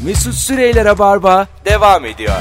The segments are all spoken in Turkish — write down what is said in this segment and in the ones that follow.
Mesut Süreyler'e barba devam ediyor.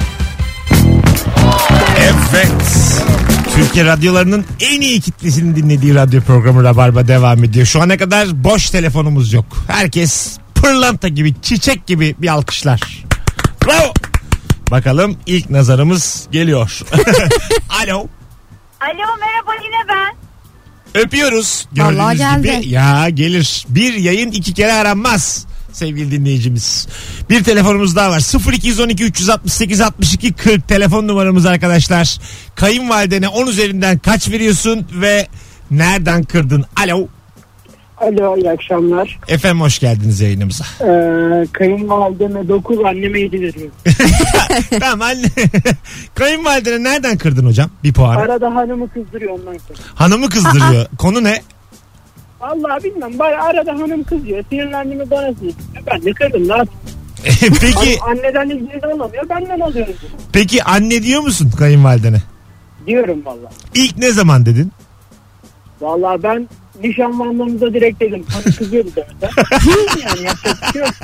Evet. Türkiye radyolarının en iyi kitlesinin dinlediği radyo programı Rabarba devam ediyor. Şu ana kadar boş telefonumuz yok. Herkes pırlanta gibi, çiçek gibi bir alkışlar. Bravo. Bakalım ilk nazarımız geliyor. Alo. Alo, merhaba, yine ben. Öpüyoruz. Vallahi Gördüğünüz geldi. gibi ya gelir. Bir yayın 2 kere aranmaz sevgili dinleyicimiz. Bir telefonumuz daha var. 0212 368 62 40 telefon numaramız arkadaşlar. Kayınvalidene 10 üzerinden kaç veriyorsun ve nereden kırdın? Alo. Alo, iyi akşamlar. Efendim hoş geldiniz yayınımıza. Kayınvalideme 9, anneme 7 veriyorum. Tamam anne. Kayınvalidene nereden kırdın hocam? Bir puan. Arada hanımı kızdırıyor ondan sonra. Hanımı kızdırıyor. Konu ne? Vallahi bilmem. Bari arada hanım kızıyor. Sinirlendiğimi bana sinir. Ben de kırdım. Ne yapayım? Peki Anneden izin alamıyor. Benden alıyorum. peki anne diyor musun kayınvalidene? Diyorum vallahi. İlk ne zaman dedin? Vallahi ben nişanlandığımızda direkt dedim. Hanım kızıyordu da. Yani yapacak bir şey yok.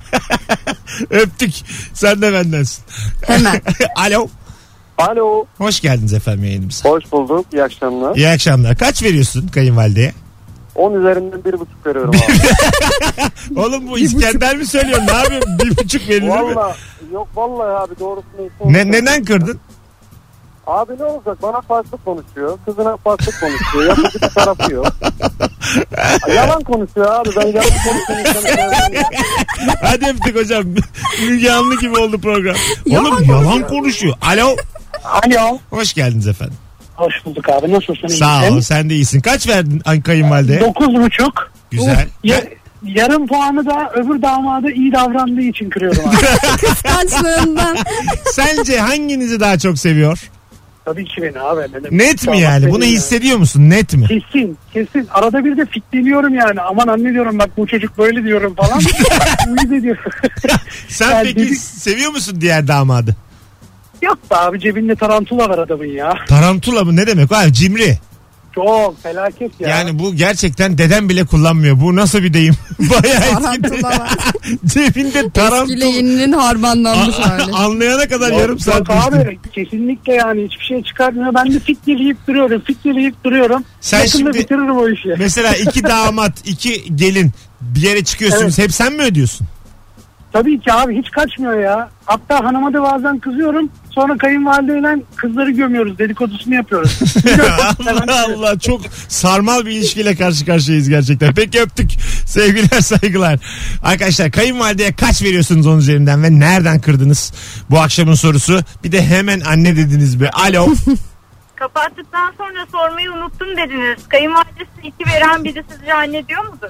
Öptük. Sen de bendensin. Hemen. Alo. Alo. Hoş geldiniz efendim yayınımıza. Hoş bulduk. İyi akşamlar. İyi akşamlar. Kaç veriyorsun kayınvalideye? 10 üzerinden 1,5 veriyorum abi. Oğlum bu İskender mi söylüyor? Ne yapıyorsun? 1,5 verilir mi? Vallahi yok vallahi abi doğrusunu. Neden kırdın? Abi ne olacak? Bana farklı konuşuyor. Kızına farklı konuşuyor. Yapıcı bir tarafı yok. Yalan konuşuyor abi. Ben yalan konuşuyorum. Hadi öptük hocam. Müge Anlı gibi oldu program. Oğlum yalan konuşuyor. Alo. Alo. Hoş geldiniz efendim. Hoş bulduk abi. Nasılsın? Sağ ol. Sen de iyisin. Kaç verdin kayınvalideye? 9,5. Güzel. Yarım puanı da öbür damada iyi davrandığı için kırıyorum abi. Kıskançlığından. Sence hanginizi daha çok seviyor? Tabii ki beni abi. Benim. Net mi yani? Bunu hissediyor musun? Net mi? Kesin. Arada bir de fitleniyorum yani. Aman anne diyorum, bak bu çocuk böyle diyorum falan. Uyuz ediyorum. Sen Yani peki seviyor musun diğer damadı? Yok be abi, cebinde tarantula var adamın ya. Tarantula mı? Ne demek? Abi cimri. Çok felaket ya. Yani bu gerçekten dedem bile kullanmıyor. Bu nasıl bir deyim? Bayağı Tarantula var. Cebinde Eskiyle tarantula. yeninin harmanlanmış hali. Anlayana kadar yarım saat Yok abi, kesinlikle yani hiçbir şey çıkarmıyor. Ben de fitleyip duruyorum. Sen Yakında şimdi bitiririm o işi. mesela 2 damat 2 gelin bir yere çıkıyorsunuz. Evet. Hep sen mi ödüyorsun? Tabii ki abi, hiç kaçmıyor ya. Hatta hanıma da bazen kızıyorum. Sonra kayınvalideyle kızları gömüyoruz. Dedikodusunu yapıyoruz. Allah Allah, çok sarmal bir ilişkiyle karşı karşıyayız gerçekten. Peki öptük. Sevgiler saygılar. Arkadaşlar kayınvalideye kaç veriyorsunuz 10 üzerinden ve nereden kırdınız? Bu akşamın sorusu. Bir de hemen anne dediniz be. Alo. Kapattıktan sonra sormayı unuttum dediniz. Kayınvalidesi 2 veren biri sizce anne diyor mudur?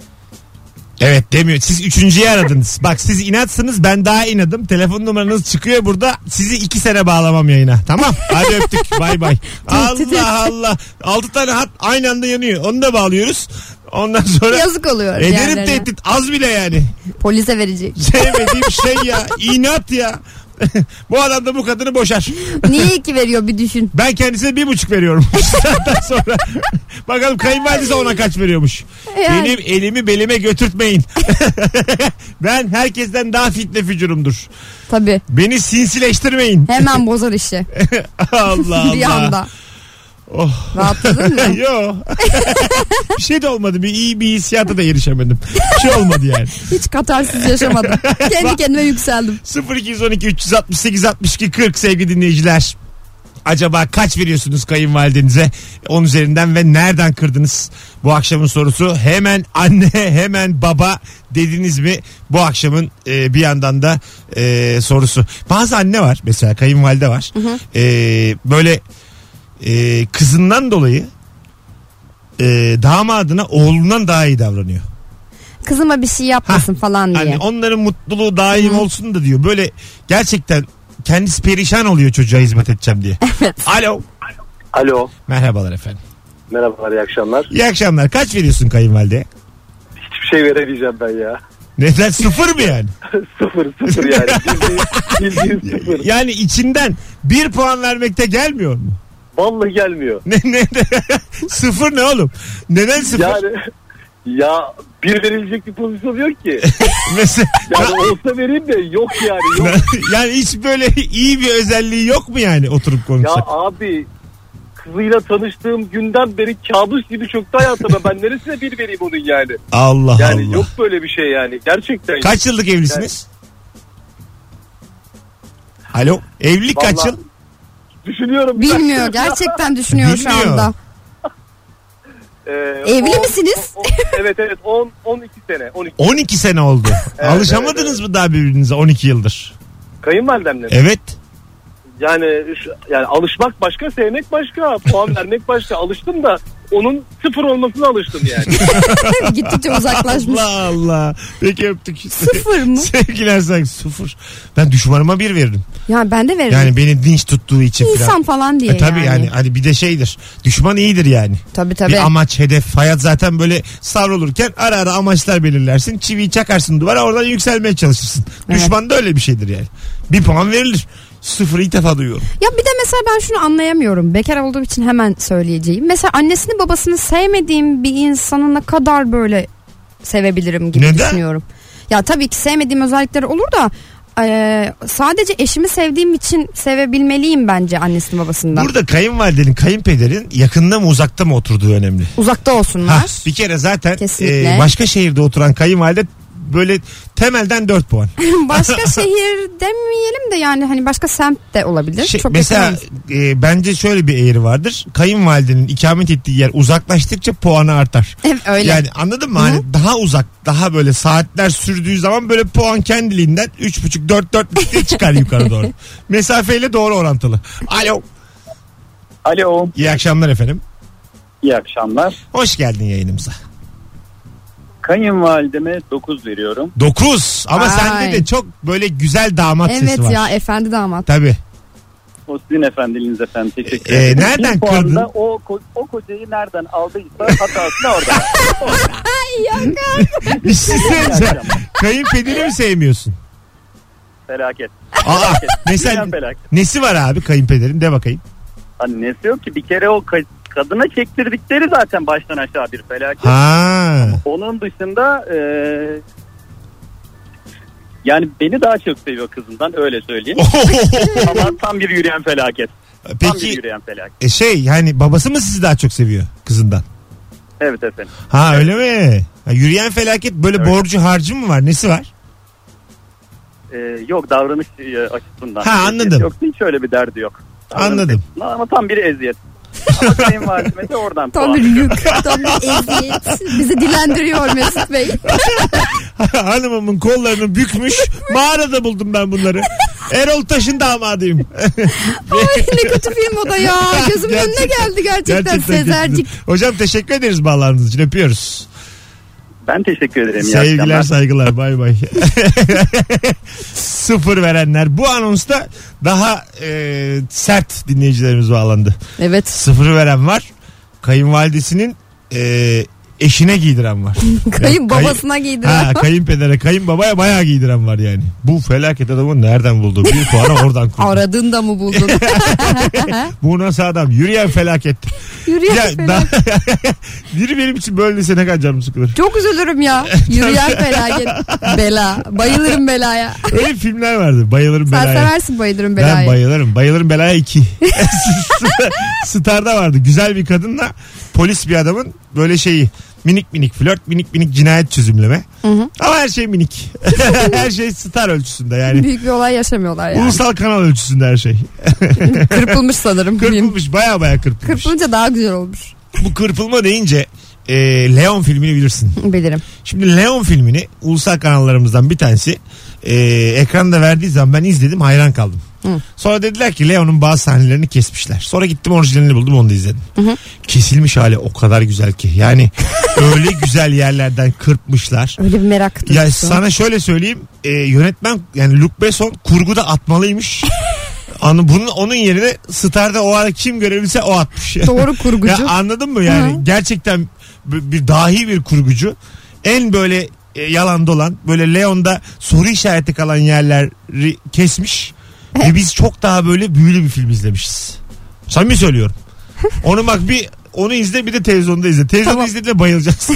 Evet demiyor. Siz üçüncüyü aradınız. Bak siz inatsınız, ben daha inadım. Telefon numaranız çıkıyor burada. Sizi 2 sene bağlamam yayına. Tamam. Hadi öptük. Bay bay. Allah Allah. 6 tane hat aynı anda yanıyor. Onu da bağlıyoruz. Ondan sonra Yazık oluyor. ederim diğerlerine. tehdit. Az bile yani. Polise verecek. Sevmediğim şey ya. İnat ya. Bu adam da bu kadını boşar. Niye 2 veriyor bir düşün. Ben kendisine 1,5 veriyorum. Zaten sonra bakalım kayınvalidesi ona kaç veriyormuş. Yani. Benim elimi belime götürtmeyin. Ben herkesten daha fitne fücurumdur. Tabii. Beni sinsileştirmeyin. Hemen bozar işi. Allah Allah. Bir anda. Oh. Rahatladın mı? Yo. Bir şey de olmadı. Bir iyi bir hissiyata da erişemedim. Bir şey olmadı yani. Hiç katarsiz yaşamadım. Kendi kendime yükseldim. 0212 368 62 40 sevgili dinleyiciler. Acaba kaç veriyorsunuz kayınvalidenize 10 üzerinden ve nereden kırdınız? Bu akşamın sorusu. Hemen anne hemen baba dediniz mi? Bu akşamın bir yandan da sorusu. Bazı anne var mesela, kayınvalide var. Böyle kızından dolayı damadına oğlundan daha iyi davranıyor. Kızıma bir şey yapmasın falan diye. Hani onların mutluluğu daim olsun da diyor. Böyle gerçekten kendisi perişan oluyor çocuğa hizmet edeceğim diye. Evet. Alo. Alo. Merhabalar efendim. Merhabalar, iyi akşamlar. İyi akşamlar. Kaç veriyorsun kayınvalideye? Hiçbir şey veremeyeceğim ben ya. Neden, 0 mı yani? Sıfır yani. Bildiğin 0. Yani içinden 1 puan vermekte gelmiyor mu? Vallahi gelmiyor. Ne 0 ne oğlum? Neden 0? Yani ya Bir verilecek bir pozisyon yok ki. Mesela Yani olsa vereyim de yok yani. Yok. yani hiç böyle iyi bir özelliği yok mu yani oturup Ya konuşsak? abi kızıyla tanıştığım günden beri kabus gibi çöktü hayatıma. Ben neresine bir vereyim onun yani. Allah Yani Allah. yok böyle bir şey yani. Gerçekten. Kaç yıllık evlisiniz? Alo. Evlilik kaç Vallahi- yıl? Düşünüyorum. Bilmiyor. Gerçekten düşünüyor şu Bilmiyor. anda. Evli misiniz? Evet 12 sene. 12. 12 sene oldu. Evet, Alışamadınız evet. mı daha birbirinize 12 yıldır? Kayınvalidemle mi? Evet. Yani alışmak başka, sevmek başka, puan vermek başka. Alıştım da onun sıfır olmasına alıştım yani. Gittikçe uzaklaşmış. Allah Allah. Peki öptük. Sıfır mı? Sevgiler sanki sıfır. Ben düşmanıma bir veririm. Ya ben de veririm. Yani beni dinç tuttuğu için İnsan falan. falan diye Tabii yani hani bir de şeydir. Düşman iyidir yani. Tabii. Bir amaç, hedef, hayat zaten böyle savrulurken ara ara amaçlar belirlersin. Çiviyi çakarsın duvara, oradan yükselmeye çalışırsın. Evet. Düşman da öyle bir şeydir yani. Bir puan verilir. Sıfırı ilk defa duyuyorum. Ya bir de mesela ben şunu anlayamıyorum. Bekar olduğum için hemen söyleyeceğim. Mesela annesini babasını sevmediğim bir insanı ne kadar böyle sevebilirim gibi Neden? düşünüyorum. Ya tabii ki sevmediğim özellikleri olur da sadece eşimi sevdiğim için sevebilmeliyim bence annesini babasından. Burada kayınvalidenin, kayınpederin yakında mı uzakta mı oturduğu önemli. Uzakta olsunlar. Ha, bir kere zaten Kesinlikle. başka şehirde oturan kayınvalide böyle temelden 4 puan. Başka şehir demeyelim de yani hani başka semt de olabilir. Çok Mesela yakın bence şöyle bir eğri vardır. Kayınvalidenin ikamet ettiği yer uzaklaştıkça puanı artar. Evet, öyle. Yani anladın mı? Hı-hı. Hani daha uzak, daha böyle saatler sürdüğü zaman böyle puan kendiliğinden 3,5 4 diye çıkar yukarı doğru. Mesafeyle doğru orantılı. Alo. Alo. İyi akşamlar efendim. İyi akşamlar. Hoş geldin yayınımıza. Kayınvalideme 9 veriyorum. 9 ama Ay. sende de çok böyle güzel damat Evet sesi var. ya efendi damat. Tabii. O sizin efendiliğiniz efendim. Teşekkür ederim. Nereden Bir puanda kırdın? O kocayı nereden aldıysa hatasını orada. Bir şey söyleyeceğim. Kayınpederi mi sevmiyorsun? Felaket. Aa, mesela Dünya felaket. nesi var abi kayınpederin, de bakayım. Hani nesi yok ki bir kere o kadına çektirdikleri zaten baştan aşağı bir felaket. Ha. Onun dışında yani beni daha çok seviyor kızından öyle söyleyeyim. Ama tam bir yürüyen felaket. Tam bir Peki yürüyen felaket. yani babası mı sizi daha çok seviyor kızından? Evet efendim. Ha öyle mi? Ha, yürüyen felaket böyle Evet. borcu harcı mı var? Nesi var? Yok davranış açısından. Ha, anladım. Yok hiç öyle bir derdi yok. Davranış Anladım. açısından ama tam bir eziyet. Ama kayınvalideme de oradan Tam puan. bir yük, tam bir eziyet. Bizi dilendiriyor Mesut Bey. Hanımımın kollarını bükmüş. Mağarada buldum ben bunları. Erol Taş'ın damadıyım. Ay ne kötü film o da ya. Gözümün önüne geldi gerçekten Sezercik. kötü. Hocam teşekkür ederiz bağlandığınız için. Öpüyoruz. Ben teşekkür ederim. İyi Sevgiler akşamlar. saygılar, bay bay. Sıfır verenler. Bu anonsta daha sert dinleyicilerimiz bağlandı. Evet. Sıfırı veren var. Kayınvalidesinin eşine giydiren var. Kayın babasına giydiren var. Kayınpedere, kayınbabaya bayağı giydiren var yani. Bu felaket adamı nereden buldu? Bir puanı oradan kurdu. Aradığında mı buldun? Bu nasıl adam? Yürüyen felaket. Yürüyen Ya, felaket. biri benim için böyle dese ne kadar canım sıkılır. Çok üzülürüm ya. Yürüyen felaket. Bela. Bayılırım belaya. Öyle filmler vardı. Bayılırım Sen belaya. seversin bayılırım Ben belayı. bayılırım. Bayılırım belaya 2. Star'da vardı. Güzel bir kadınla polis bir adamın böyle şeyi. Minik minik flört, minik minik cinayet çözümleme. Hı. Ama her şey minik. Her şey Star ölçüsünde yani. Büyük bir olay yaşamıyorlar yani. Ulusal kanal ölçüsünde her şey. Kırpılmış sanırım. Kırpılmış, baya baya kırpılmış. Kırpılınca daha güzel olmuş. Bu kırpılma deyince Leon filmini bilirsin. Bilirim. Şimdi Leon filmini ulusal kanallarımızdan bir tanesi ekranda verdiği zaman ben izledim, hayran kaldım. Hı. Sonra dediler ki Leon'un bazı sahnelerini kesmişler. Sonra gittim orijinalini buldum, onu da izledim. Hı. Kesilmiş hali o kadar güzel ki. Yani öyle güzel yerlerden kırpmışlar. Öyle bir merak Ya duygusu. sana şöyle söyleyeyim, yönetmen yani Luc Besson kurguda atmalıymış. Onun yerine Star'da o ara kim görevliyse o atmış. Doğru kurgucu. Ya anladın mı yani? Hı. Gerçekten bir dahi bir kurgucu. En böyle yalan dolan, böyle Leon'da soru işareti kalan yerleri kesmiş. Ve biz çok daha böyle büyülü bir film izlemişiz. Samimi söylüyorum. Onu bak onu izle, bir de televizyonda izle. Televizyonda Tamam. izlediğinde bayılacaksın.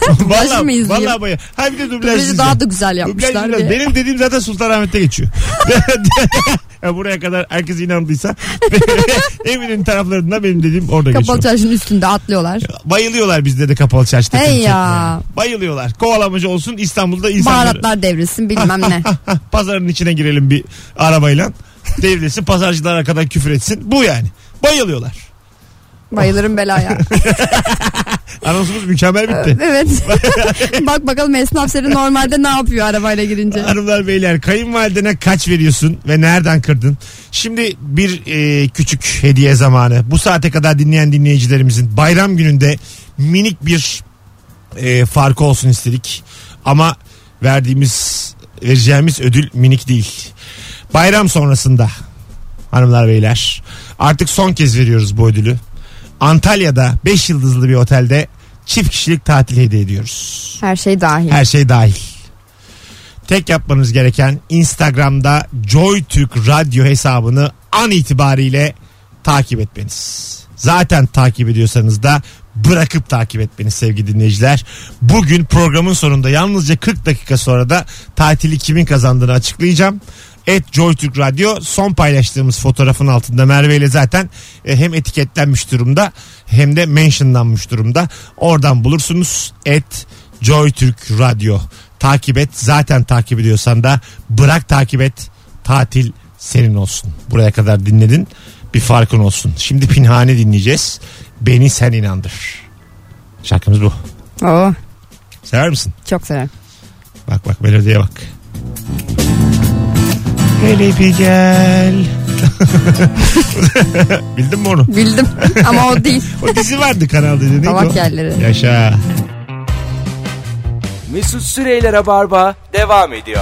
Dublaj mı izleyeyim? Vallahi bayılıyorum. Ha bir de dublaj Dublajı izleyeceğim. daha da güzel yapmışlar. Dublaj, benim dediğim zaten Sultanahmet'te geçiyor. Ya buraya kadar herkes inandıysa Eminönü taraflarında benim dediğim orada geçiyor. Kapalı çarşının üstünde atlıyorlar. Bayılıyorlar bizde de kapalı çarşıda. Hey ya. Bayılıyorlar. Kovalamacı olsun İstanbul'da insanlar. Baharatlar devrilsin bilmem ne. Pazarın içine girelim bir arabayla. Devrilsin, pazarcılara kadar küfür etsin. Bu yani. Bayılıyorlar. Bayılırım belaya. Anonsumuz mükemmel bitti. Evet. Bak bakalım esnaf seni normalde ne yapıyor arabayla girince. Hanımlar beyler, kayınvalidene kaç veriyorsun ve nereden kırdın? Şimdi bir küçük hediye zamanı. Bu saate kadar dinleyen dinleyicilerimizin bayram gününde minik bir farkı olsun istedik. Ama vereceğimiz ödül minik değil. Bayram sonrasında hanımlar beyler artık son kez veriyoruz bu ödülü. Antalya'da 5 yıldızlı bir otelde çift kişilik tatil hediye ediyoruz. Her şey dahil. Her şey dahil. Tek yapmanız gereken Instagram'da JoyTürk Radyo hesabını an itibariyle takip etmeniz. Zaten takip ediyorsanız da bırakıp takip etmeniz sevgili dinleyiciler. Bugün programın sonunda yalnızca 40 dakika sonra da tatili kimin kazandığını açıklayacağım. @JoyTürk Radyo son paylaştığımız fotoğrafın altında Merve ile zaten hem etiketlenmiş durumda hem de mentionlanmış durumda. Oradan bulursunuz. @JoyTürk Radyo. Takip et. Zaten takip ediyorsan da bırak takip et. Tatil senin olsun. Buraya kadar dinledin. Bir farkın olsun. Şimdi Pinhane dinleyeceğiz. Beni sen inandır. Şarkımız bu. Oo, Sever misin? çok severim. Bak melodiye bak. Hele bir gel. Bildin mi onu? Bildim ama o değil. O dizi vardı kanalda. Neydi Kavak o? yerleri. Yaşa. Mesut Süreyler'e barba devam ediyor.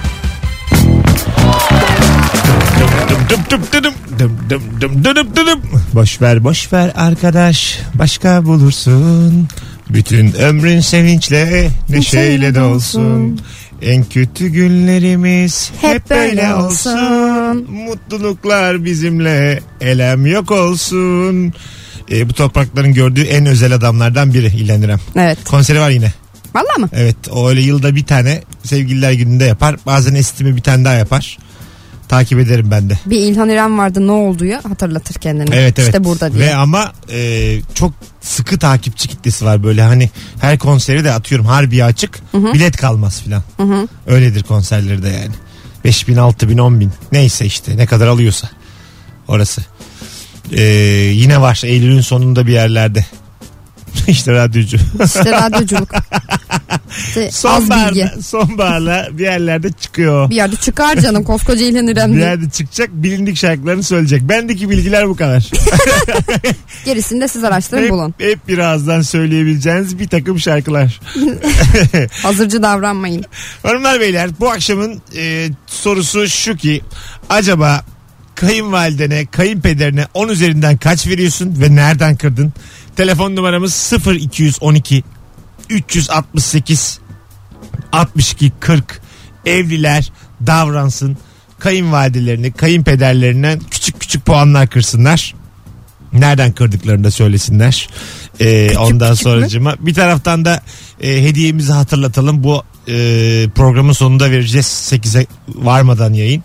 Boş ver arkadaş, başka bulursun. Bütün ömrün sevinçle, neşeyle dolsun. En kötü günlerimiz hep böyle olsun. Mutluluklar bizimle, elem yok olsun. Bu toprakların gördüğü en özel adamlardan biri İlhan İrem. Evet. Konseri var yine. Vallahi mı? Evet, o öyle yılda bir tane sevgililer gününde yapar. Bazen estimi bir tane daha yapar. Takip ederim ben de. Bir İlhan İrem vardı, ne oldu ya, hatırlatır kendini. Evet. İşte burada diye. Ve ama çok sıkı takipçi kitlesi var böyle, hani her konseri de atıyorum Harbiye açık, bilet kalmaz filan. Öyledir konserleri de yani. 5.000, 6.000, 10.000 neyse işte ne kadar alıyorsa orası. Yine var Eylül'ün sonunda bir yerlerde. İşte radyocu. İşte radyoculuk. İşte sonbaharla bir yerlerde çıkıyor. Bir yerde çıkar canım, koskoca İlhan İrem. Bir yerde çıkacak, bilindik şarkılarını söyleyecek. Bendeki bilgiler bu kadar. Gerisini de siz araştırın bulun. Hep birazdan söyleyebileceğiniz bir takım şarkılar. Hazırcı davranmayın. Hanımlar beyler, bu akşamın sorusu şu ki, acaba kayınvalidene, kayınpederine 10 üzerinden kaç veriyorsun ve nereden kırdın? Telefon numaramız 0212 368 62 40. Evliler davransın, kayınvalidelerini, kayınpederlerinden küçük puanlar kırsınlar. Nereden kırdıklarını da söylesinler. Ondan sonracığıma bir taraftan da hediyemizi hatırlatalım. Bu programın sonunda vereceğiz, 8'e varmadan yayın.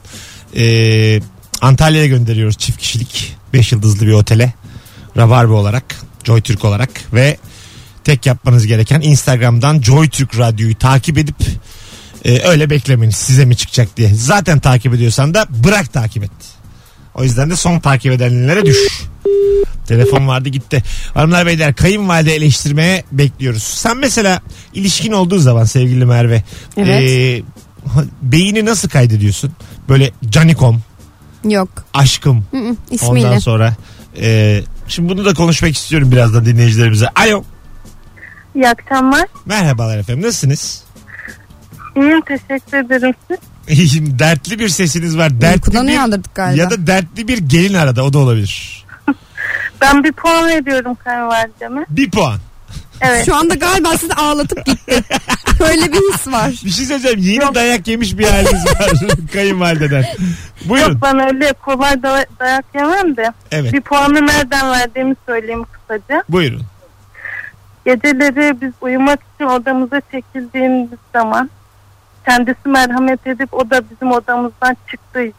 Antalya'ya gönderiyoruz çift kişilik 5 yıldızlı bir otele, Rabarba olarak, JoyTürk olarak. Ve tek yapmanız gereken Instagram'dan JoyTürk Radyo'yu takip edip öyle beklemeniz, size mi çıkacak diye. Zaten takip ediyorsan da bırak takip et. O yüzden de son takip edenlere düş. Telefon vardı gitti. Hanımlar beyler, kayınvalide eleştirmeye bekliyoruz. Sen mesela ilişkin olduğu zaman sevgili Merve, evet, beyni nasıl kaydediyorsun? Böyle Canikom, yok, aşkım, ismiyle. Ondan sonra şimdi bunu da konuşmak istiyorum birazdan dinleyicilerimize. Alo. İyi akşamlar. Merhabalar efendim, nasılsınız? İyiyim, teşekkür ederim siz. İyiyim, dertli bir sesiniz var. Uykudan uyandırdık galiba. Ya da dertli bir gelin arada, o da olabilir. Ben bir puan veriyorum kayınvalideme. 1 puan. Evet. Şu anda galiba sizi ağlatıp gitti. Öyle bir his var. Bir şey söyleyeceğim, yeni dayak yemiş bir haliniz var kayınvalideden. Buyurun. Yok, ben öyle kolay dayak yemem de. Evet. Bir puanı nereden verdiğimi söyleyeyim kısaca. Buyurun. Geceleri biz uyumak için odamıza çekildiğimiz zaman kendisi merhamet edip o da bizim odamızdan çıktığı için.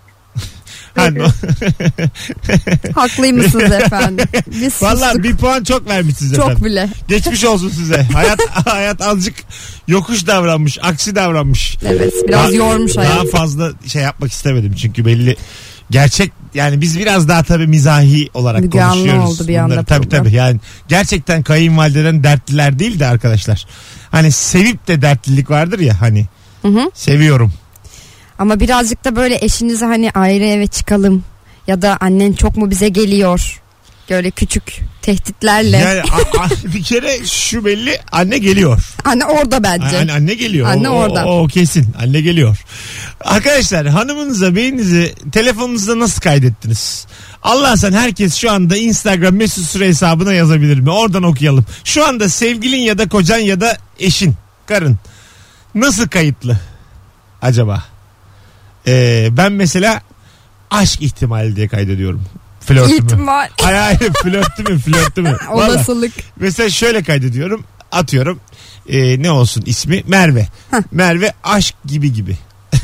Haklıymışsınız efendim. Biz Vallahi sustuk. bir puan çok vermişsiniz efendim. Çok bile. Geçmiş olsun size. Hayat azıcık yokuş davranmış, aksi davranmış. Evet, biraz yormuş hayat. Daha fazla şey yapmak istemedim çünkü belli. Gerçek yani biz biraz daha tabii mizahi olarak Müge Anlı konuşuyoruz. oldu bir anda Tabii program. tabii yani gerçekten kayınvalideden dertliler değil de arkadaşlar. Hani sevip de dertlilik vardır ya hani. Hı. Seviyorum. Ama birazcık da böyle eşinize hani ayrı eve çıkalım ya da annen çok mu bize geliyor? Böyle küçük tehditlerle. Yani bir kere şu belli, anne geliyor. Anne orada bence. Anne geliyor. Anne orada. O kesin. Anne geliyor. Arkadaşlar hanımınıza beyinizi telefonunuzda nasıl kaydettiniz? Allah sen herkes şu anda Instagram Mesut Süre hesabına yazabilir mi? Oradan okuyalım. Şu anda sevgilin ya da kocan ya da eşin, karın nasıl kayıtlı acaba? Ben mesela aşk ihtimali diye kaydediyorum. Flörtümü. İhtimal. Hayır flörtümü. Vallahi. Olasılık. Mesela şöyle kaydediyorum. Atıyorum. Ne olsun ismi? Merve. Merve aşk gibi.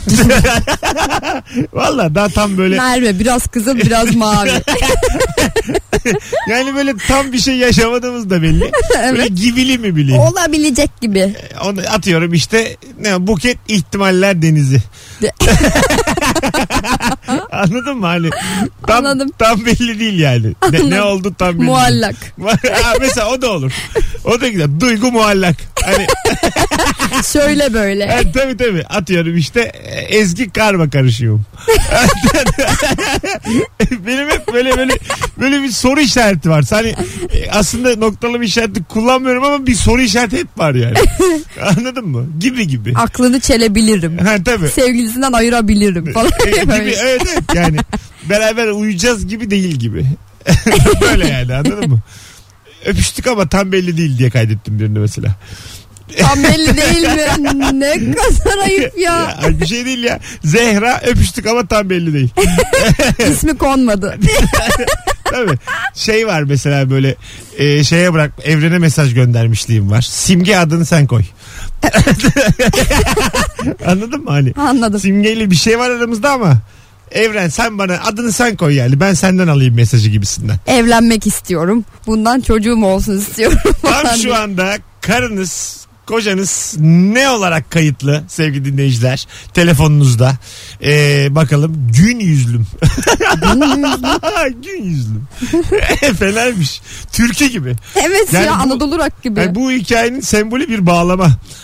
Valla daha tam böyle. Merve biraz kızıl biraz mavi. Yani böyle tam bir şey yaşamadığımız da belli. Böyle gibili mi bileyim. Olabilecek gibi. Onu atıyorum işte Buket ihtimaller denizi. Anladın mı hani? Anladım. Tam belli değil yani. Ne oldu tam belli. Muallak. Mesela o da olur. O da güzel. Duygu muallak. Hani Şöyle böyle. tabii atıyorum işte Ezgi karma karışıyorum. Benim hep böyle bir soru işareti var. Hani aslında noktalama işareti kullanmıyorum ama bir soru işareti hep var yani. Anladın mı? Gibi. Aklını çelebilirim. Ha tabii. Sevgilisinden ayırabilirim falan. Gibi evet yani beraber uyuyacağız gibi değil gibi. Böyle yani anladın mı? Öpüştük ama tam belli değil diye kaydettim birini mesela. Tam belli değil mi? Ne kadar ayıp ya. Bir şey değil ya. Zehra öpüştük ama tam belli değil. İsmi konmadı. Tabii. Şey var mesela böyle şeye bırak evrene mesaj göndermişliğim var. Simge adını sen koy. Anladın mı hani? Anladım. Simgeyle bir şey var aramızda ama evren sen bana adını sen koy yani. Ben senden alayım mesajı gibisinden. Evlenmek istiyorum. Bundan çocuğum olsun istiyorum. Tam şu anda karınız, kocanız ne olarak kayıtlı sevgili dinleyiciler telefonunuzda? Bakalım gün yüzlüm. Gün yüzlüm. Fenaymış. Türkü gibi. Evet Yani ya bu- Anadolu rock gibi. Yani bu hikayenin sembolü bir bağlama.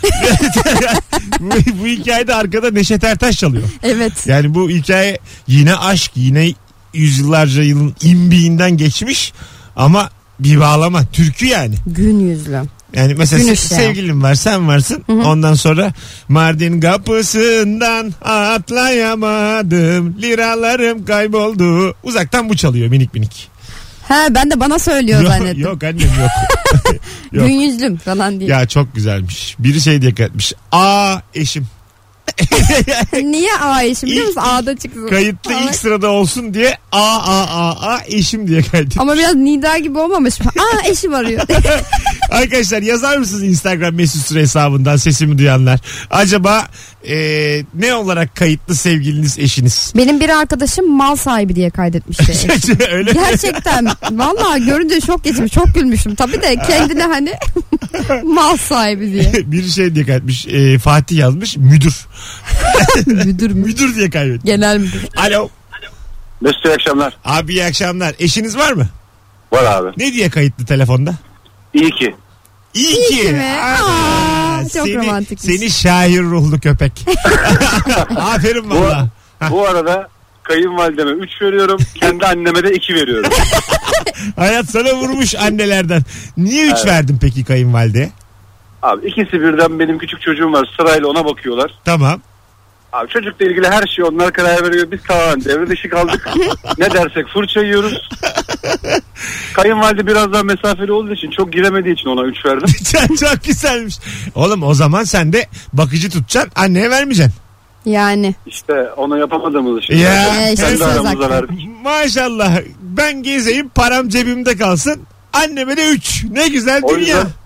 bu hikayede arkada Neşet Ertaş çalıyor. Evet. Yani bu hikaye yine aşk, yine yüzyıllarca yılın imbiğinden geçmiş ama bir bağlama. Türkü yani. Gün yüzlü. Yani mesela Gün ışığı. sevgilin var, sen varsın. Hı-hı. Ondan sonra Mardin kapısından atlayamadım. Liralarım kayboldu. Uzaktan bu çalıyor minik. He ben de bana söylüyor zannettim. Yok annem yok. Yok. Gün yüzlüm falan diye. Ya çok güzelmiş. Biri şey diye kaydetmiş. Eşim. Niye A eşim biliyor musun? İlk- A'da çıksın. Kayıtlı Ama- ilk sırada olsun diye eşim diye kaydetmiş. Ama biraz Nida gibi olmamış mı? Eşim arıyor. Arkadaşlar yazar mısınız Instagram Mesut Süre hesabından sesimi duyanlar? Acaba ne olarak kayıtlı sevgiliniz, eşiniz? Benim bir arkadaşım mal sahibi diye kaydetmişti. Öyle mi? Gerçekten vallahi görünce şok geçmiş, çok gülmüştüm. Tabii de kendine hani mal sahibi diye. Bir şey diye kaydetmiş. Fatih yazmış. Müdür. Müdür mü? Müdür diye kaydetmiş. Genel müdür. Alo. Mesut iyi akşamlar. Abi iyi akşamlar. Eşiniz var mı? Var abi. Ne diye kayıtlı telefonda? İyi ki. İyi İyi ki. ki mi? Aa, çok seni, romantikmiş. seni şair ruhlu köpek. Aferin valla. Bu arada kayınvalideme 3 veriyorum. Kendi anneme de 2 veriyorum. Hayat sana vurmuş annelerden. Niye 3 verdin peki kayınvalideye? Abi ikisi birden benim küçük çocuğum var. Sırayla ona bakıyorlar. Tamam. Abi çocukla ilgili her şey onlar karar veriyor. Biz tamamen devre dışı kaldık. Ne dersek fırça yiyoruz. Kayınvalide biraz daha mesafeli olduğu için çok giremediği için ona 3 verdim. Çok güzelmiş. Oğlum o zaman sen de bakıcı tutacaksın, anneye vermeyeceksin. Yani. İşte onu yapamadığımız için. Ya, işte Kendi söz aramızda hakkı. verdik. Maşallah ben gezeyim param cebimde kalsın. Anneme de 3. Ne güzel O dünya. yüzden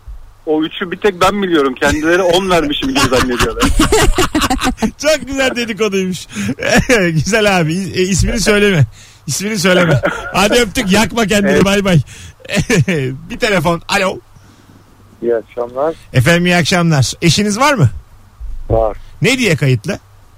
O 3'ü bir tek ben biliyorum. Kendileri 10 vermişim gibi zannediyorlar. Çok güzel dedikoduymuş. Güzel abi. İsmini söyleme. İsmini söyleme. Hadi öptük. Yakma kendini. Evet. Bay bay. Bir telefon. Alo. İyi akşamlar. Efendim iyi akşamlar. Eşiniz var mı? Var. Ne diye kayıtlı?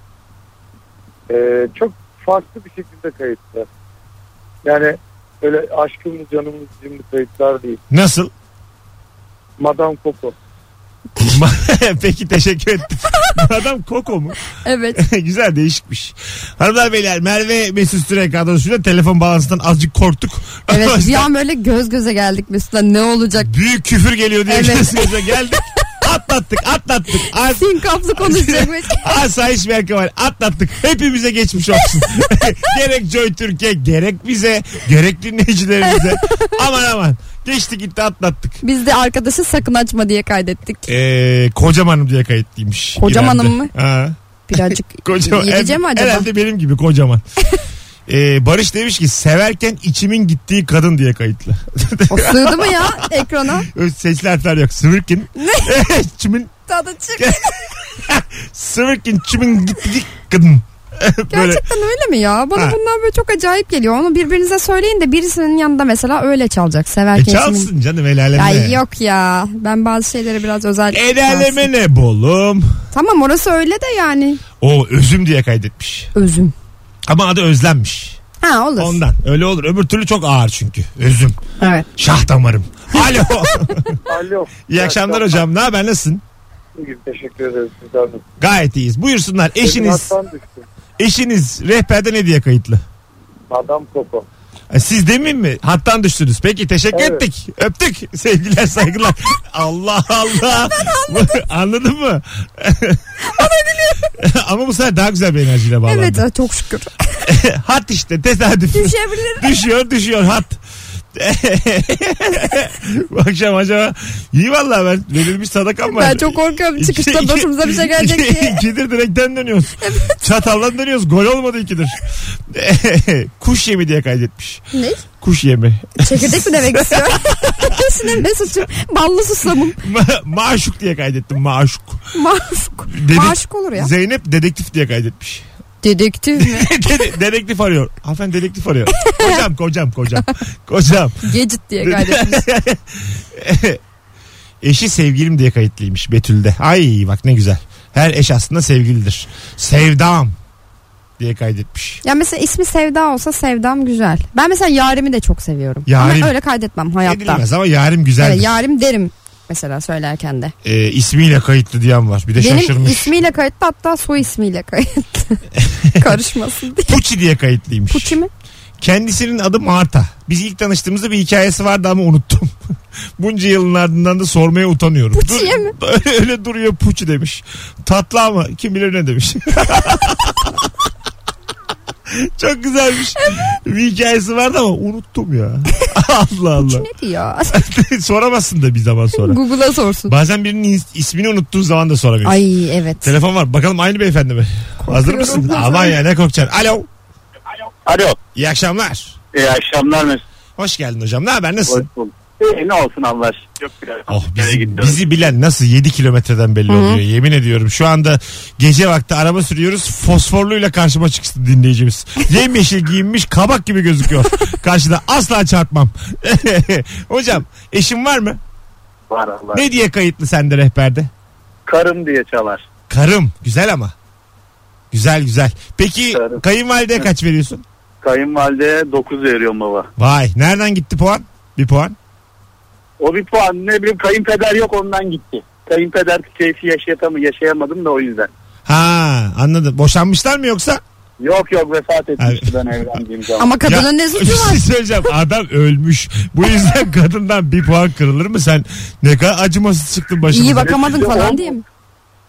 Çok farklı bir şekilde kayıtlı. Yani öyle aşkımız canımız cimri kayıtlar değil. Nasıl? Madame Coco. Peki teşekkür ettim. Adam Koko mu? Evet. Güzel değişikmiş. Hanımlar beyler Merve Mesut Süre kadrosuyla telefon bağlantısından azıcık korktuk. Evet bir an böyle göz göze geldik Mesut'la ne olacak? Büyük küfür geliyor diye Evet. göz göze geldik. Atlattık. Sinkaplı konuşacakmış. Asayiş Berkemal atlattık. Hepimize geçmiş olsun. Gerek Joy Türkiye gerek bize gerek dinleyicilerimize. Aman. Geçti gitti atlattık. Biz de arkadaşı sakın açma diye kaydettik. Kocamanım diye kayıtlıymış. Kocamanım İleride. mı? Ha. Birazcık Kocaman. yiyeceğim mi acaba? Herhalde benim gibi kocaman. Barış demiş ki severken içimin gittiği kadın diye kayıtlı. O sığdı mı ya ekrana? Sesli harfler yok. Sıvırkin. Çimin. Tadı çık. Sıvırkin çimin gittiği kadın. Böyle. Gerçekten öyle mi ya? Bana bunlar böyle çok acayip geliyor. Onu birbirinize söyleyin de birisinin yanında mesela öyle çalacak. Severken Çalsın canım el aleme. Ya yok ya. Ben bazı şeyleri biraz özel. El aleme ne bolum. Tamam orası öyle de yani. O özüm diye kaydetmiş. Özüm. Ama adı özlenmiş. Ha olur. Ondan öyle olur. Öbür türlü çok ağır çünkü. Özüm. Evet. Şah damarım. Alo. Alo. İyi akşamlar hocam. Ne haber nasılsın? İyiyim, teşekkür ederiz. Sizler nasılsınız? Gayet iyiyiz. Buyursunlar. Hattan düştüm. Eşiniz rehberde ne diye kayıtlı? Madame Coco. Siz demin mi? Hattan düştünüz. Peki teşekkür Evet. ettik. Öptük. Sevgiler saygılar. Allah Allah. Anladın mı? Ama bu sefer daha güzel bir enerjiyle bağlandı. Evet çok şükür. Hat işte tesadüf. Düşebilir. Düşüyor hat. Bu akşam acaba iyi vallahi ben verilmiş sadakam var. Ben çok korkuyorum çıkışta başımıza bir şey gelecek diye. İkidir direkten dönüyoruz. Çataldan dönüyoruz. Gol olmadı ikidir. Kuş yemi diye kaydetmiş. Ne? Kuş yemi. Çekirdek mi demek istiyor? Kesinlikle Mesut'cum. Ballı susamım. Maşuk diye kaydettim. Maşuk. Maşuk. Maşuk olur ya. Zeynep dedektif diye kaydetmiş. Dedektif mi? Dedektif arıyor. Hanımefendi dedektif arıyor. Kocam. Gadget diye kaydetmiş. Eşi sevgilim diye kayıtlıymış Betül'de. Ay bak ne güzel. Her eş aslında sevgilidir. Sevdam diye kaydetmiş. Ya mesela ismi Sevda olsa Sevdam güzel. Ben mesela Yarim'i de çok seviyorum. Yarim. Ama öyle kaydetmem hayatta. Edilmez ama yarim güzeldir. Evet, Yarim derim mesela söylerken de. İsmiyle kayıtlı diyen var. Bir de Benim şaşırmış. ismiyle kayıtlı hatta soy ismiyle kayıtlı. Karışmasın diye. Puçi diye kayıtlıymış. Puçi mi? Kendisinin adı Marta. Biz ilk tanıştığımızda bir hikayesi vardı ama unuttum. Bunca yılın ardından da sormaya utanıyorum. Puçi'ye mi? Öyle duruyor Puçi demiş. Tatlı ama kim bilir ne demiş. Çok güzelmiş. Bir hikayesi vardı ama unuttum ya. Allah Allah. Puçi ne diyor? Soramazsın da bir zaman sonra. Google'a sorsun. Bazen birinin ismini unuttuğun zaman da soramıyorsun. Ay evet. Telefon var. Bakalım aynı beyefendi mi? Hazır mısın? Aman ya ne korkacaksın. Alo. Alo. İyi akşamlar. İyi akşamlar Mesut. Hoş geldin hocam. Ne haber? Nasılsın? Ne olsun Allah aşkına. Çok biraz. Oh, bizi bilen nasıl 7 kilometreden belli oluyor. Yemin ediyorum. Şu anda gece vakti araba sürüyoruz. Fosforluyla karşıma çıksın dinleyicimiz. Yemyeşil giyinmiş kabak gibi gözüküyor. Karşıda asla çarpmam. Hocam eşin var mı? Var Allah. Ne diye kayıtlı sende rehberde? Karım diye çalar. Karım. Güzel ama. Güzel. Peki Karım. kayınvalideye kaç veriyorsun? Kayınvalideye 9 veriyorum baba. Vay. Nereden gitti puan? Bir puan. O bir puan ne bileyim kayınpeder yok ondan gitti. Kayınpeder keyfi yaşayamadım da o yüzden. Ha anladım. Boşanmışlar mı yoksa? Yok vefat etmişti ben evlendiğim zaman. Ama kadının ne bir suçu var? şey söyleyeceğim. Adam ölmüş. Bu yüzden kadından bir puan kırılır mı? Sen ne kadar acımasız çıktın başımıza. İyi bakamadın falan diye mi?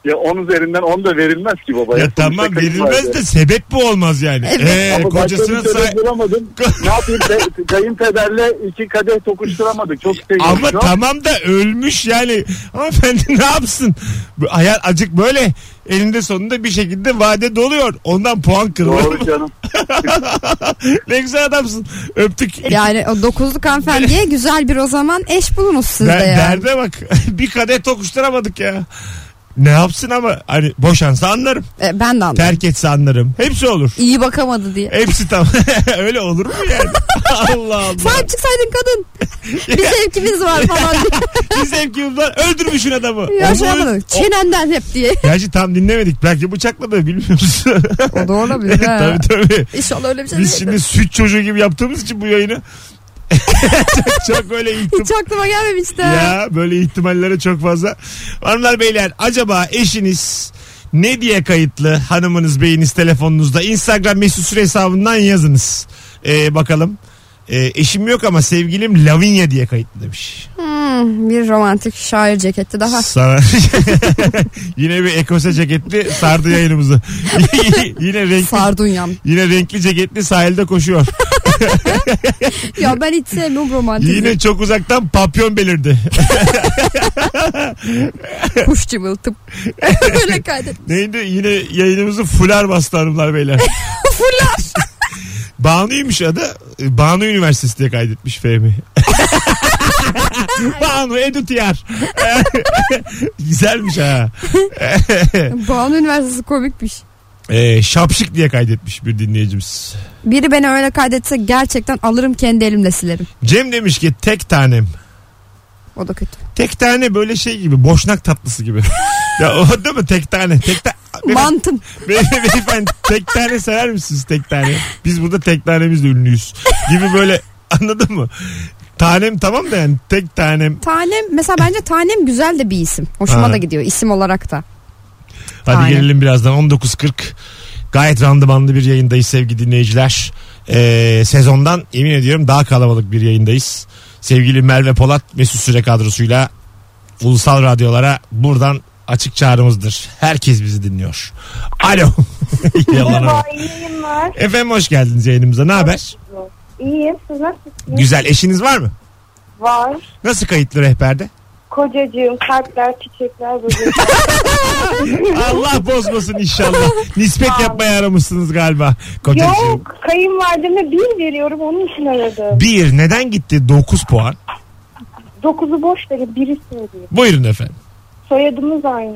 Ya 10 üzerinden 10 da verilmez ki baba. Ya tamam verilmez de sebep bu olmaz yani. Ama Kocasına başka bir sebep bulamadım. Ne yapayım? Kayınpederle 2 kadeh tokuşturamadık. Çok seviyorum. Ama tamam da ölmüş yani. Hanımefendi ne yapsın? Hayal acık böyle elinde sonunda bir şekilde vade doluyor. Ondan puan kırılır. Doğru canım. Ne güzel adamsın. Öptük. Yani o 9'luk hanımefendiye güzel bir o zaman eş bulunuz siz de yani. Derde bak. Bir kadeh tokuşturamadık ya. Ne yapsın ama hani boşansa anlarım. Ben de anlarım. Terk etse anlarım. Hepsi olur. İyi bakamadı diye. Hepsi tamam. Öyle olur mu yani? Allah Allah. Sahip çıksaydın kadın. Bir zevkimiz var falan diye. Bir zevkimiz var. Öldürmüşsün adamı. Ya şey yapmadık. Çenenden hep diye. Gerçi tam dinlemedik. Belki bıçakladı bilmiyoruz. O da olabilir ha. Tabii. İnşallah öyle bir şey Biz değil. şimdi süt çocuğu gibi yaptığımız için bu yayını çok böyle Hiç aklıma gelmemişti. Ya böyle ihtimallere çok fazla. Hanımlar beyler acaba eşiniz ne diye kayıtlı hanımınız beyiniz telefonunuzda Instagram mesut süre hesabından yazınız. Bakalım. Eşim yok ama sevgilim Lavinia diye kayıtlı demiş. Bir romantik şair ceketi daha. Sana yine bir ekose ceketli sardı yayınımızı. Yine renkli. Sardunyam. Yine renkli ceketli sahilde koşuyor. Ya ben hiç sevmiyorum romantizmi. Yine çok uzaktan papyon belirdi. Kuş cıvıltıp. Öyle kaydet. Neydi? Yine yayınımızı fular bastı hanımlar beyler. Fular. Banu'ymuş adı. Banu Üniversitesi diye kaydetmiş Fehmi. Banu Edutiyar. Güzelmiş ha. Banu Üniversitesi komikmiş. Şapşık diye kaydetmiş bir dinleyicimiz. Biri beni öyle kaydetse gerçekten alırım kendi elimle silerim. Cem demiş ki tek tanem. O da kötü. Tek tane böyle şey gibi boşnak tatlısı gibi. Ya o değil mi tek tane? Mantım. Beyefendi tek tane sever misiniz tek tane? Biz burada tek tanemizle ünlüyüz. Gibi böyle anladın mı? Tanem tamam da yani tek tanem. Tanem mesela bence tanem güzel de bir isim. Hoşuma da gidiyor isim olarak da. Hadi Tanem. gelelim birazdan 19.40. Gayet randımanlı bir yayındayız sevgili dinleyiciler. Sezondan yemin ediyorum daha kalabalık bir yayındayız. Sevgili Merve Polat Mesut Süre kadrosuyla ulusal radyolara buradan açık çağrımızdır. Herkes bizi dinliyor. Alo. Merhaba, iyi yayınlar. Efendim hoş geldiniz yayınımıza. Ne haber? İyiyim, siz nasılsınız? Güzel. Eşiniz var mı? Var. Nasıl kayıtlı rehberde? Kocacığım, kalpler, çiçekler, böcekler. Allah bozmasın inşallah. Nispet yapmaya aramışsınız galiba. Kocacığım. Yok, kayınvalideme 1 veriyorum, onun için aradım. 1 neden gitti 9 puan? 9'u boş verin, biri söyleyeyim. Buyurun efendim. Soyadımız aynı.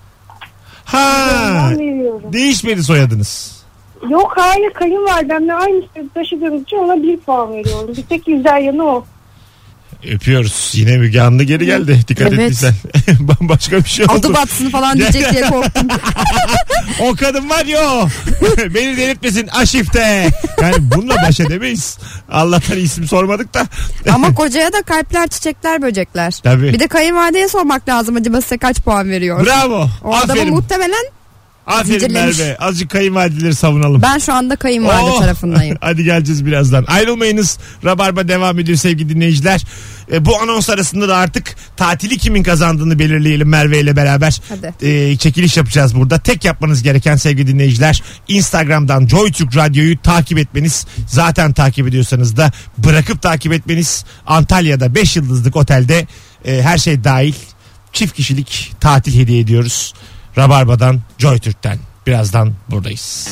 Ha, Ben veriyorum. değişmedi soyadınız. Yok, hayır, kayınvalidemle aynı soyadı taşıdığımız için ona 1 puan veriyorum. Bir tek güzel yanı o. Öpüyoruz. Yine Müge Anlı geri geldi. Dikkat Evet. ettiysen. Bambaşka bir şey oldu. Adı batsın falan diyecek diye korktum. O kadın var ya o. Beni delirtmesin aşifte. Yani bununla baş edemeyiz. Allah'tan isim sormadık da. Ama kocaya da kalpler, çiçekler, böcekler. Tabii. Bir de kayınvalideye sormak lazım acaba size kaç puan veriyor. Bravo. O adamı Aferin. muhtemelen Aferin zincirlemiş. Merve. Azıcık kayınvalideleri savunalım. ben şu anda kayınvalide tarafındayım. Hadi geleceğiz birazdan. Ayrılmayınız. Rabarba devam ediyor sevgili dinleyiciler. Bu anons arasında da artık tatili kimin kazandığını belirleyelim Merve ile beraber. Hadi. Çekiliş yapacağız burada. Tek yapmanız gereken sevgili dinleyiciler Instagram'dan JoyTürk Radyo'yu takip etmeniz. Zaten takip ediyorsanız da bırakıp takip etmeniz. Antalya'da 5 yıldızlık otelde her şey dahil çift kişilik tatil hediye ediyoruz. Rabarba'dan JoyTürk'ten. Birazdan buradayız.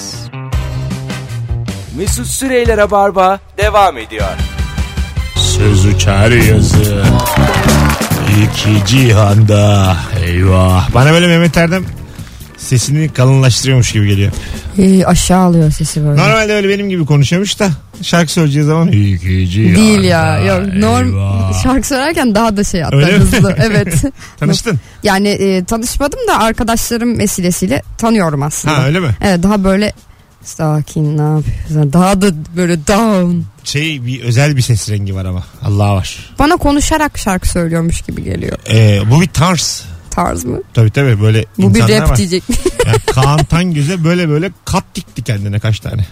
Mesut Süreyler'e barba devam ediyor. Söz uçar yazı iki cihanda eyvah. Bana böyle Mehmet Erdem sesini kalınlaştırıyormuş gibi geliyor. Aşağı alıyor sesi böyle. Normalde öyle benim gibi konuşuyormuş da şarkı söyleyeceği zaman iki cihanda. Değil ya. Yok, şarkı söylerken daha da şey hatta Öyle mi? hızlı. Evet. Tanıştın? Yani tanışmadım da arkadaşlarım vesilesiyle tanıyorum aslında. Ha öyle mi? Evet, daha böyle sakin, ne yapıyorsun? Daha da böyle down. Bir özel bir ses rengi var ama Allah var. Bana konuşarak şarkı söylüyormuş gibi geliyor. Bu bir tarz. Tarz mı? Tabii böyle Bu bir insanlar rap var. diyecek. Yani Kaan Tangöz'e böyle kat dikti kendine kaç tane.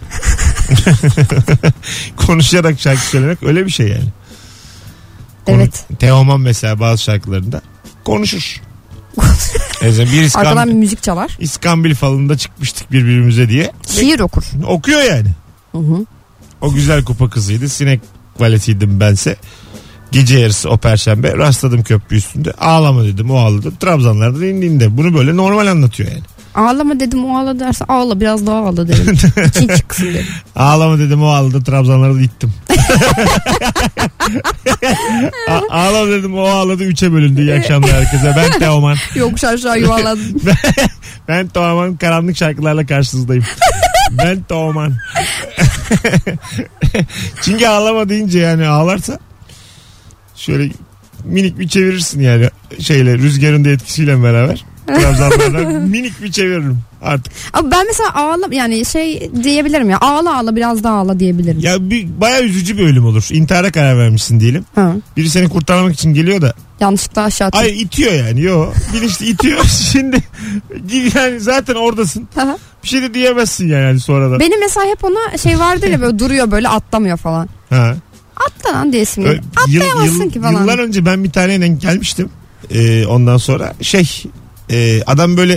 Konuşarak şarkı söylemek öyle bir şey yani. Evet. Teoman mesela bazı şarkılarında konuşur. Bir Arkadan bir müzik çalar. İskambil falında çıkmıştık birbirimize diye. Şiir okur. Okuyor yani. Hı. O güzel kupa kızıydı. Sinek valetiydim bense. Gece yarısı o perşembe rastladım köprü üstünde. Ağlama dedim, o ağladı. Trabzanlardan indiğinde bunu böyle normal anlatıyor yani. Ağlama dedim, o ağladı derse ağla, biraz daha ağla dedim. İçin çıksın dedim. Ağlama dedim, o ağladı. Trabzanlardan ittim. Ağlama dedim, o ağladı. 3'e bölündü. İyi akşamlar herkese. Ben Teoman. Yokuş aşağı yuvarladım. Ben Teoman. Karanlık şarkılarla karşınızdayım. Ben Teoman. Çünkü ağlama deyince yani ağlarsa şöyle minik bir çevirirsin yani rüzgarın da etkisiyle beraber. Trabzanlardan minik bir çeviririm artık. Abi ben mesela ağla yani diyebilirim ya, ağla biraz daha ağla diyebilirim. Ya bayağı üzücü bir ölüm olur. İntihara karar vermişsin diyelim. Ha. Biri seni kurtarmak için geliyor da. Yanlışlıkla aşağı atıyor. Ay itiyor yani. Yo, bilinçli itiyor. Şimdi yani zaten oradasın. Bir şey de diyemezsin yani sonra da. Benim mesela hep ona vardır ya, böyle duruyor böyle atlamıyor falan. Ha. Atla lan diyesim. Atlayamazsın ki falan. Yıllar önce ben bir tane denk gelmiştim. Ondan sonra adam böyle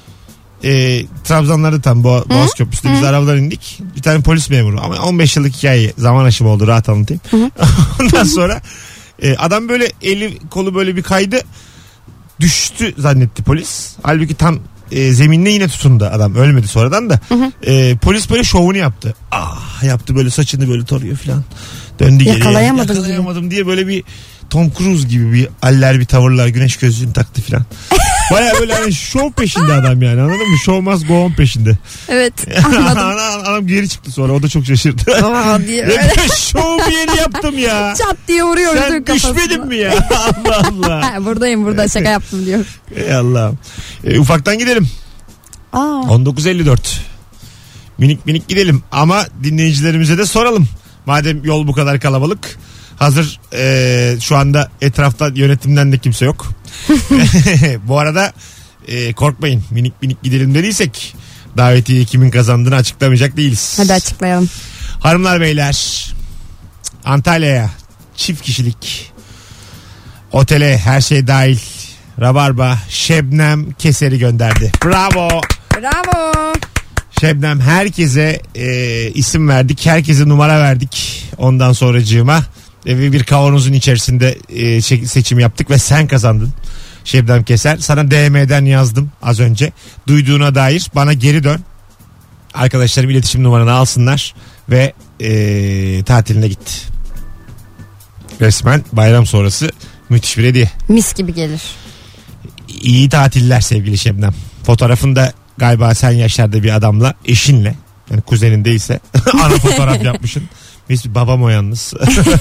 Trabzonlarda tam Boğaz Köprüsü'nde biz arabadan indik. Bir tane polis memuru ama 15 yıllık hikaye, zaman aşımı oldu, rahat anlatayım. Ondan sonra adam böyle eli kolu böyle bir kaydı, düştü zannetti polis. Halbuki tam zeminle yine tutundu adam, ölmedi sonradan da. Polis böyle şovunu yaptı. Yaptı böyle, saçını böyle tarıyor falan. Döndü geriye. Yakalayamadım diye böyle bir Tom Cruise gibi bir aller, bir tavırlar, güneş gözlüğünü taktı filan. Baya böyle hani şov peşinde adam yani, anladın mı? Show must go on peşinde. Evet, anladım. Adam geri çıktı sonra, o da çok şaşırdı. Diye öyle. Şov yeni yaptım ya. Çat diye vuruyor. Sen düşmedin mi ya? Allah Allah. Buradayım, burada şaka yaptım diyor. Ey Allah'ım. Ufaktan gidelim. 19.54. Minik gidelim ama dinleyicilerimize de soralım. Madem yol bu kadar kalabalık. Hazır şu anda etrafta yönetimden de kimse yok. Bu arada korkmayın, minik gidelim dediysek davetiyeyi kimin kazandığını açıklamayacak değiliz. Hadi açıklayalım. Hanımlar beyler, Antalya'ya çift kişilik otele her şey dahil Rabarba Şebnem Keser'i gönderdi. Bravo. Şebnem, herkese isim verdik, herkese numara verdik. Ondan sonracığıma bir kavanozun içerisinde seçim yaptık ve sen kazandın Şebnem Keser. Sana DM'den yazdım az önce. Duyduğuna dair bana geri dön. Arkadaşlarım iletişim numaranı alsınlar ve tatiline git. Resmen bayram sonrası müthiş bir hediye. Mis gibi gelir. İyi tatiller sevgili Şebnem. Fotoğrafında galiba sen yaşlarda bir adamla, eşinle, yani kuzenin değilse ana fotoğraf yapmışsın. Biz babam o yalnız.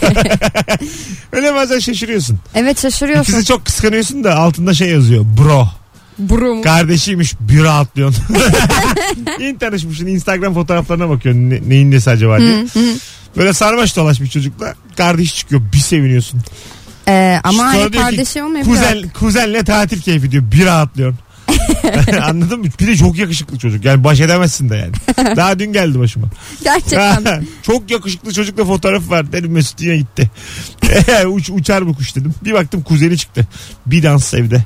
Öyle bazen şaşırıyorsun. Evet, şaşırıyorsun. İkisi çok kıskanıyorsun da altında yazıyor. Bro. Kardeşiymiş, büro atlıyorsun. Yeni tanışmışsın, Instagram fotoğraflarına bakıyorsun, neyin nesi acaba diye. Böyle sarmaş dolaş bir çocukla kardeş çıkıyor, bir seviniyorsun. Ama hani kardeşi olmayabilir. Kuzenle tatil keyfi diyor, bira atlıyorsun. Anladın mı? Bir de çok yakışıklı çocuk. Yani baş edemezsin de yani. Daha dün geldi başıma. Gerçekten. Çok yakışıklı çocukla fotoğrafı var. Dedim Mesut yine gitti. Uçar bu kuş dedim. Bir baktım kuzeni çıktı. Bir dans evde.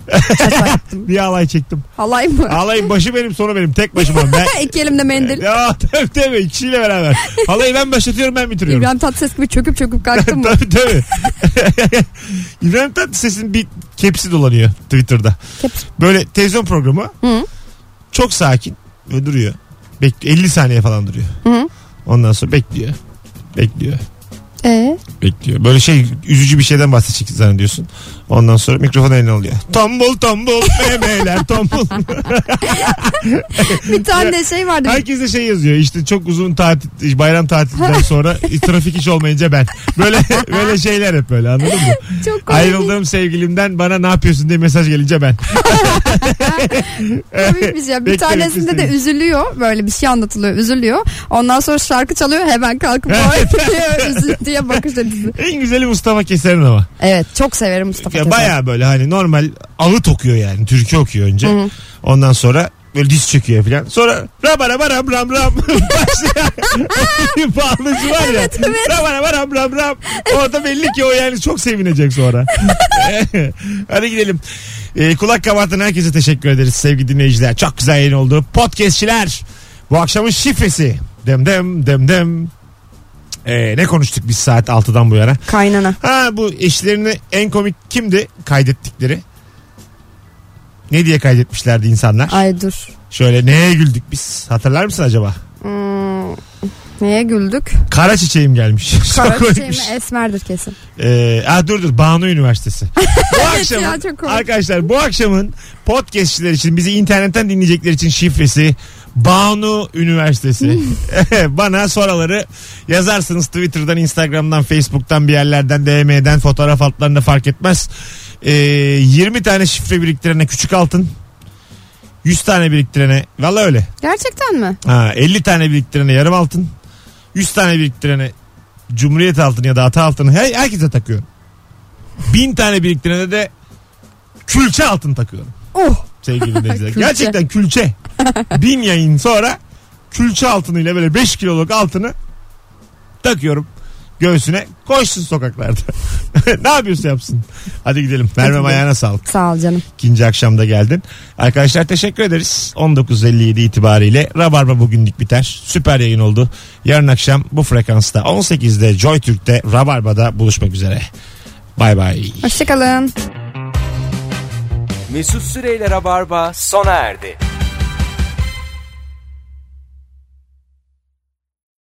Bir halay çektim. Halay mı? Halayın başı benim, sonu benim. Tek başıma. İki elimde mendil. Ya tabii. İkisiyle beraber. Halayı ben başlatıyorum, ben bitiriyorum. İbrahim Tatlıses gibi çöküp kalktın mı? Tabii. İbrahim Tatlıses'in bir kepsi dolanıyor Twitter'da. Böyle televizyon programı. Hı. Çok sakin ve duruyor. 50 saniye falan duruyor. Hı. Ondan sonra bekliyor. Bekliyor. Böyle üzücü bir şeyden bahsedecek zannediyorsun. Ondan sonra mikrofon eline alıyor. Tombul memeler tombul. Bir tane de vardı. Herkes de yazıyor. İşte çok uzun bayram tatilinden sonra trafik hiç olmayınca ben. Böyle şeyler hep böyle, anladın mı? Çok ayrıldığım sevgilimden bana ne yapıyorsun diye mesaj gelince ben. Komik bir şey. Bir tanesinde de üzülüyor. Böyle bir şey anlatılıyor. Üzülüyor. Ondan sonra şarkı çalıyor. Hemen kalkıp üzüntüye bakış açısı. En güzeli Mustafa Keser'in ama. Evet, çok severim Mustafa Keser. Baya böyle hani normal ağıt okuyor yani. Türkü okuyor önce. Hı-hı. Ondan sonra Böyle diz çöküyor falan. Sonra rabara ram ram ram. Bir bağlıcı var ya. Evet, evet. Rabara ram ram ram. Orada belli ki o yani çok sevinecek sonra. Hadi gidelim. Kulak kabartan herkese teşekkür ederiz sevgili dinleyiciler. Çok güzel yayın oldu. Podcastçiler. Bu akşamın şifresi. Dem dem dem dem. Ne konuştuk biz saat 6'dan bu yana? Kaynana. Bu eşlerini en komik kimdi kaydettikleri? Ne diye kaydetmişlerdi insanlar? Ay dur. Şöyle neye güldük biz? Hatırlar mısın acaba? Neye güldük? Kara çiçeğim gelmiş. Kara çiçeğim Esmer'dir kesin. Dur Banu Üniversitesi. Bu akşamın, ya, çok komik. arkadaşlar bu akşamın podcastçiler için, bizi internetten dinleyecekler için şifresi Banu Üniversitesi. Bana soruları yazarsınız Twitter'dan, Instagram'dan, Facebook'tan, bir yerlerden, DM'den, fotoğraf altlarında fark etmez. 20 tane şifre biriktirene küçük altın, 100 tane biriktirene, vallahi öyle. Gerçekten mi? 50 tane biriktirene yarım altın, 100 tane biriktirene Cumhuriyet altını ya da ata altını herkese takıyorum. 1000 tane biriktirene de külçe altın takıyorum. Sevgili dinleyiciler. Gerçekten külçe. 1000 yayın sonra külçe altınıyla böyle 5 kiloluk altını takıyorum göğsüne, koşsun sokaklarda. Ne yapıyorsa yapsın. Hadi gidelim. Merve ayağına sağlık. Sağ ol canım. İkinci akşamda geldin. Arkadaşlar teşekkür ederiz. 19.57 itibariyle Rabarba bugünlük biter. Süper yayın oldu. Yarın akşam bu frekansta 18'de Joy Türk'te Rabarba'da buluşmak üzere. Bay bay. Hoşçakalın. Mesut Süreyle Rabarba sona erdi.